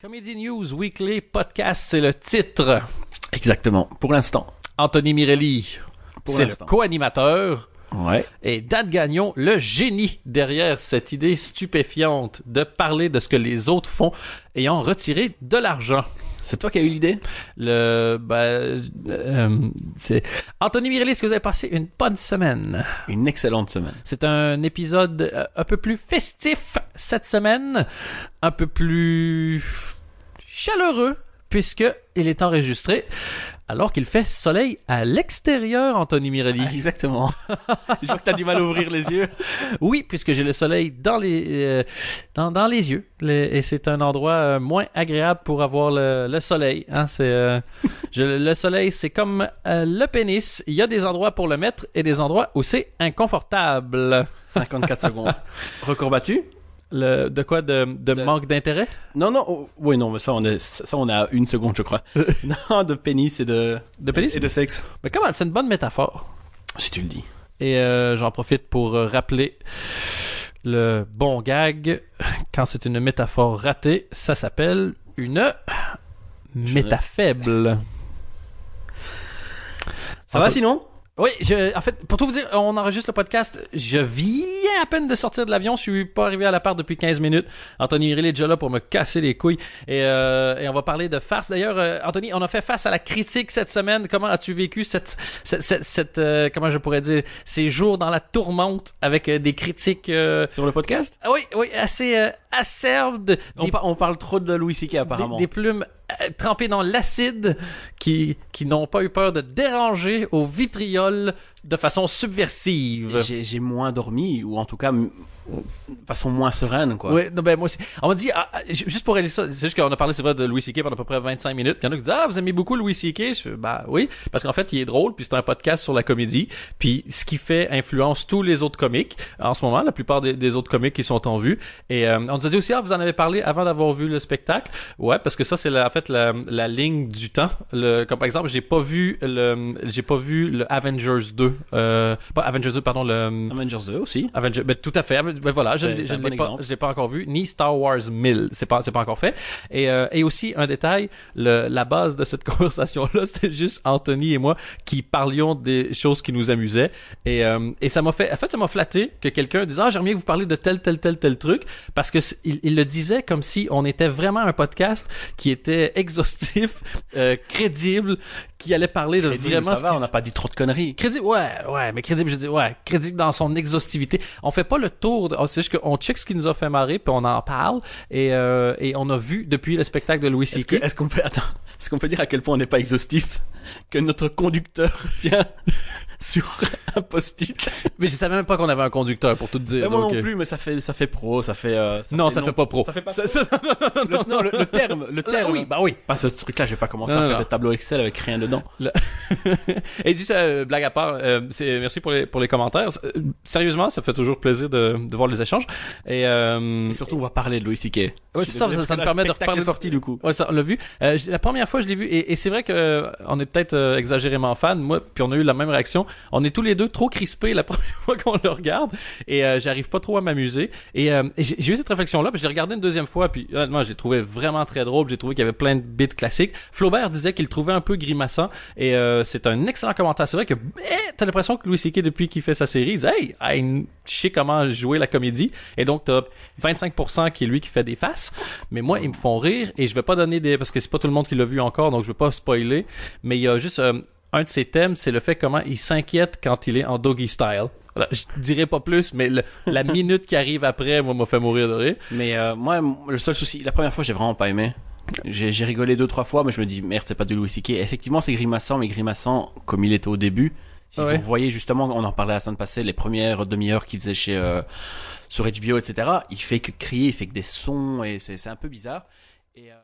Comedy News Weekly Podcast, c'est le titre. Exactement, pour l'instant. Anthony Mirelli, c'est l'instant. le co-animateur. Ouais. Et Dan Gagnon, le génie derrière cette idée stupéfiante de parler de ce que les autres font ayant retiré de l'argent. C'est toi qui as eu l'idée? C'est Anthony Mirelli, est-ce que vous avez passé une bonne semaine? Une excellente semaine. C'est un épisode un peu plus festif cette semaine, un peu plus chaleureux, puisque il est enregistré alors qu'il fait soleil à l'extérieur, Anthony Mirelli. Ah, exactement. Je vois que t'as du mal à ouvrir les yeux. Oui, puisque j'ai le soleil dans les dans les yeux, et c'est un endroit moins agréable pour avoir le soleil. Hein, le soleil, c'est comme le pénis. Il y a des endroits pour le mettre et des endroits où c'est inconfortable. 54 secondes. Record battu? De quoi? De manque d'intérêt? Non. Oui, non, mais ça, on est à une seconde, je crois. Non, de pénis et de pénis? Et de sexe. Mais comment? C'est une bonne métaphore. Si tu le dis. Et j'en profite pour rappeler le bon gag. Quand c'est une métaphore ratée, ça s'appelle une métafaible. Ça va sinon? Oui, en fait, pour tout vous dire, on enregistre le podcast. Je viens à peine de sortir de l'avion. Je suis pas arrivé à l'appart depuis 15 minutes. Anthony Mirelli est déjà là pour me casser les couilles. Et on va parler de farce. D'ailleurs, Anthony, on a fait face à la critique cette semaine. Comment as-tu vécu cette comment je pourrais dire, ces jours dans la tourmente avec des critiques Sur le podcast? Oui, assez acerbes. On parle trop de Louis C.K. apparemment. Des plumes trempées dans l'acide qui n'ont pas eu peur de déranger au vitriol de façon subversive. J'ai moins dormi, ou en tout cas de façon moins sereine, quoi. Oui, non, ben moi aussi. On m'a dit, juste pour aller ça, c'est juste qu'on a parlé, c'est vrai, de Louis C.K. pendant à peu près 25 minutes. Il y en a qui disent, vous aimez beaucoup Louis C.K.? Je fais, oui, parce qu'en fait, il est drôle, puis c'est un podcast sur la comédie, puis ce qu'il fait influence tous les autres comiques. En ce moment, la plupart des autres comiques qui sont en vue. Et on nous a dit aussi, vous en avez parlé avant d'avoir vu le spectacle. Ouais, parce que ça, c'est en fait la ligne du temps. Comme par exemple, j'ai pas vu le Avengers 2. Pas Avengers 2, pardon, le Avengers 2 aussi. Tout à fait. Ben voilà, je ne l'ai pas encore vu, ni Star Wars 1000, c'est pas encore fait. Et aussi un détail, la base de cette conversation-là, c'était juste Anthony et moi qui parlions des choses qui nous amusaient. Et ça m'a ça m'a flatté que quelqu'un dise, j'aimerais bien que vous parliez de tel truc, parce que il le disait comme si on était vraiment un podcast qui était exhaustif, crédible, qui allait parler de vraiment. Ça va, on n'a pas dit trop de conneries. Crédible, ouais, mais crédible, je dis, crédible dans son exhaustivité. On fait pas le tour, c'est juste qu'on check ce qui nous a fait marrer, puis on en parle, et on a vu depuis le spectacle de Louis C.K. Est-ce qu'on peut dire à quel point on n'est pas exhaustif? Que notre conducteur tient sur un post-it. Mais je savais même pas qu'on avait un conducteur, pour tout te dire. Moi non plus, mais ça fait pro, ça fait. Non, ça fait pas pro. Ça fait pas pro. Non, le terme. Oui, oui. Pas ce truc-là, je vais pas commencer à faire des tableaux Excel avec rien dedans. Et dis ça, blague à part, merci pour les commentaires. Sérieusement, ça fait toujours plaisir de voir les échanges. Et surtout, on va parler de Louis C.K. Ouais, c'est ça me permet de reparler. Est sorti du coup. Ouais, ça, on l'a vu. La première fois, je l'ai vu, et c'est vrai que on est peut-être exagérément fan, moi, puis on a eu la même réaction. On est tous les deux trop crispés la première fois qu'on le regarde, et j'arrive pas trop à m'amuser. Et j'ai eu cette réflexion-là, puis je l'ai regardé une deuxième fois, puis honnêtement, je l'ai trouvé vraiment très drôle. J'ai trouvé qu'il y avait plein de bits classiques. Flaubert disait qu'il le trouvait un peu grimaçant, et c'est un excellent commentaire. C'est vrai que t'as l'impression que Louis C.K. depuis qu'il fait sa série, il dit, je sais comment jouer la comédie, et donc t'as 25% qui est lui qui fait des faces, mais moi ils me font rire, et je vais pas donner parce que c'est pas tout le monde qui l'a vu encore, donc je vais pas spoiler, mais il y a juste un de ses thèmes, c'est le fait comment il s'inquiète quand il est en doggy style. Voilà, je dirais pas plus, mais la minute qui arrive après, moi, m'a fait mourir de rire. Mais moi, le seul souci, la première fois, j'ai vraiment pas aimé. J'ai rigolé 2-3 fois, mais je me dis, merde, c'est pas de Louis C.K. Effectivement, c'est grimaçant, mais grimaçant comme il était au début. Si vous voyez justement, on en parlait la semaine passée, les premières demi-heures qu'il faisait sur HBO, etc., il fait que crier, il fait que des sons, et c'est un peu bizarre. Et